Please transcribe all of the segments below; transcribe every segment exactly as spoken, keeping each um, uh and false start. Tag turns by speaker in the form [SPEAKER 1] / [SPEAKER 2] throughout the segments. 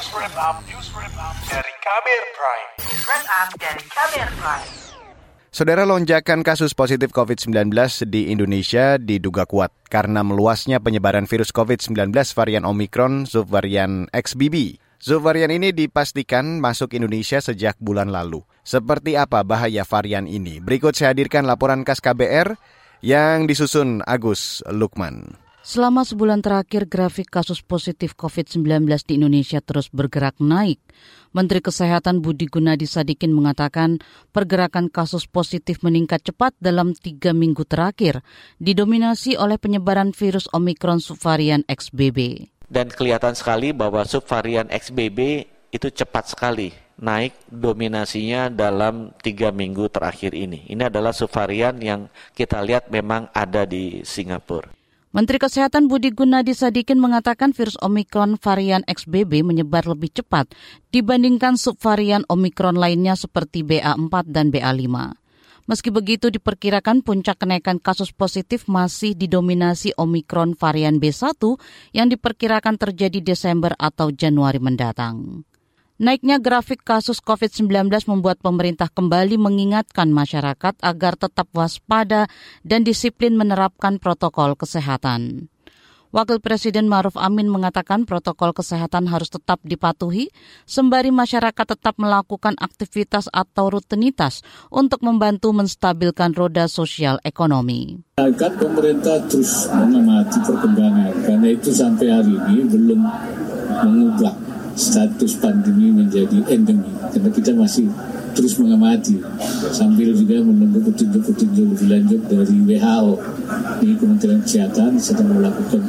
[SPEAKER 1] News Wrap Up, News Wrap Up dari Kamer Prime. News Wrap Up dari Kamer Prime.
[SPEAKER 2] Saudara, lonjakan kasus positif covid sembilan belas di Indonesia diduga kuat karena meluasnya penyebaran virus covid sembilan belas varian Omicron subvarian X B B. Subvarian ini dipastikan masuk Indonesia sejak bulan lalu. Seperti apa bahaya varian ini? Berikut saya hadirkan laporan khas K B R yang disusun Agus Lukman.
[SPEAKER 3] Selama sebulan terakhir, grafik kasus positif covid sembilan belas di Indonesia terus bergerak naik. Menteri Kesehatan Budi Gunadi Sadikin mengatakan pergerakan kasus positif meningkat cepat dalam tiga minggu terakhir, didominasi oleh penyebaran virus Omicron subvarian X B B.
[SPEAKER 4] Dan kelihatan sekali bahwa subvarian X B B itu cepat sekali naik dominasinya dalam tiga minggu terakhir ini. Ini adalah subvarian yang kita lihat memang ada di Singapura.
[SPEAKER 3] Menteri Kesehatan Budi Gunadi Sadikin mengatakan virus Omicron varian X B B menyebar lebih cepat dibandingkan subvarian Omicron lainnya seperti B A empat dan B A lima. Meski begitu, diperkirakan puncak kenaikan kasus positif masih didominasi Omicron varian B satu yang diperkirakan terjadi Desember atau Januari mendatang. Naiknya grafik kasus covid sembilan belas membuat pemerintah kembali mengingatkan masyarakat agar tetap waspada dan disiplin menerapkan protokol kesehatan. Wakil Presiden Ma'ruf Amin mengatakan protokol kesehatan harus tetap dipatuhi, sembari masyarakat tetap melakukan aktivitas atau rutinitas untuk membantu menstabilkan roda sosial ekonomi.
[SPEAKER 5] Agar pemerintah terus mengamati perkembangan, karena itu sampai hari ini belum mengubah status pandemi menjadi endemi, karena kita masih terus mengamati sambil juga menunggu petunjuk-petunjuk lebih lanjut dari W H O. Ini Kementerian Kesehatan sedang melakukan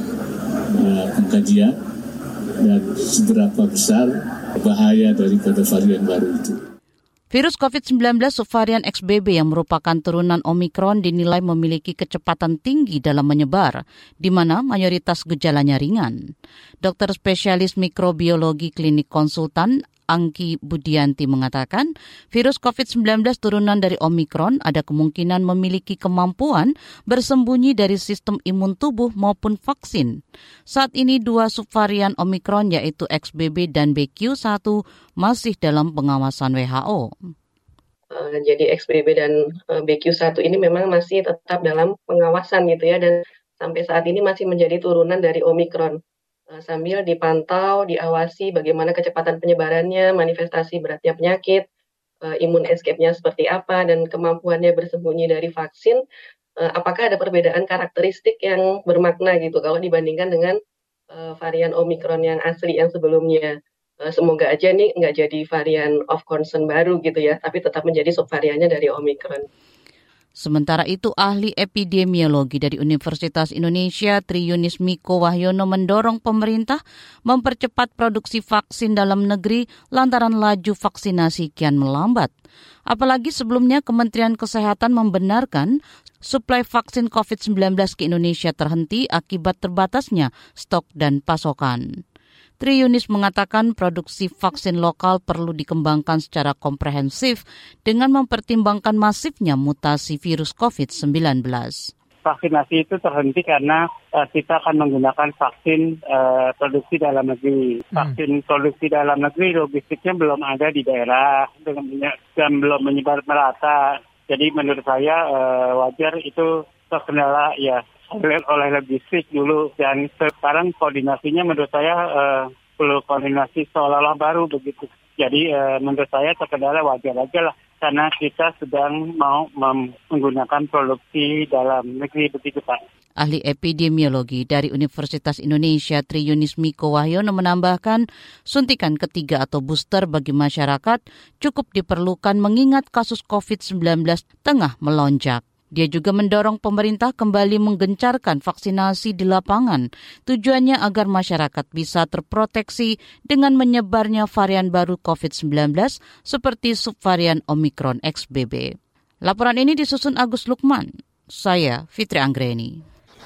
[SPEAKER 5] uh, pengkajian dan seberapa besar bahaya daripada varian baru itu.
[SPEAKER 3] Virus covid sembilan belas subvarian X B B yang merupakan turunan Omicron dinilai memiliki kecepatan tinggi dalam menyebar, di mana mayoritas gejalanya ringan. Dokter spesialis mikrobiologi klinik konsultan Angki Budianti mengatakan virus covid sembilan belas turunan dari Omicron ada kemungkinan memiliki kemampuan bersembunyi dari sistem imun tubuh maupun vaksin. Saat ini dua subvarian Omicron yaitu X B B dan B Q satu masih dalam pengawasan W H O.
[SPEAKER 6] Jadi X B B dan B Q satu ini memang masih tetap dalam pengawasan gitu ya, dan sampai saat ini masih menjadi turunan dari Omicron. Sambil dipantau, diawasi bagaimana kecepatan penyebarannya, manifestasi beratnya penyakit, imun escape-nya seperti apa, dan kemampuannya bersembunyi dari vaksin, apakah ada perbedaan karakteristik yang bermakna gitu kalau dibandingkan dengan varian Omicron yang asli yang sebelumnya. Semoga aja nih nggak jadi varian of concern baru gitu ya, tapi tetap menjadi subvariannya dari Omicron.
[SPEAKER 3] Sementara itu, ahli epidemiologi dari Universitas Indonesia, Triyunis Miko Wahyono mendorong pemerintah mempercepat produksi vaksin dalam negeri lantaran laju vaksinasi kian melambat. Apalagi sebelumnya Kementerian Kesehatan membenarkan suplai vaksin covid sembilan belas ke Indonesia terhenti akibat terbatasnya stok dan pasokan. Triyunis mengatakan produksi vaksin lokal perlu dikembangkan secara komprehensif dengan mempertimbangkan masifnya mutasi virus covid sembilan belas.
[SPEAKER 7] Vaksinasi itu terhenti karena uh, kita akan menggunakan vaksin uh, produksi dalam negeri. Vaksin hmm. produksi dalam negeri logistiknya belum ada di daerah dan belum menyebar merata. Jadi menurut saya uh, wajar itu terkendala ya oleh logistik dulu, dan sekarang koordinasinya menurut saya uh, perlu koordinasi seolah-olah baru begitu. Jadi uh, menurut saya terkendala wajar aja lah, karena kita sedang mau mem- menggunakan produksi dalam negeri begitu Pak.
[SPEAKER 3] Ahli epidemiologi dari Universitas Indonesia Triyunis Miko Wahyono menambahkan suntikan ketiga atau booster bagi masyarakat cukup diperlukan mengingat kasus covid sembilan belas tengah melonjak. Dia juga mendorong pemerintah kembali menggencarkan vaksinasi di lapangan. Tujuannya agar masyarakat bisa terproteksi dengan menyebarnya varian baru covid sembilan belas seperti subvarian Omicron X B B. Laporan ini disusun Agus Lukman. Saya Fitri Anggreni.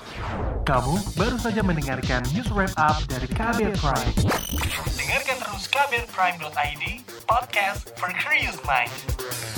[SPEAKER 1] Kamu baru saja mendengarkan News Wrap Up dari Kamer Prime. Dengarkan terus kamer prime dot i d, podcast for curious mind.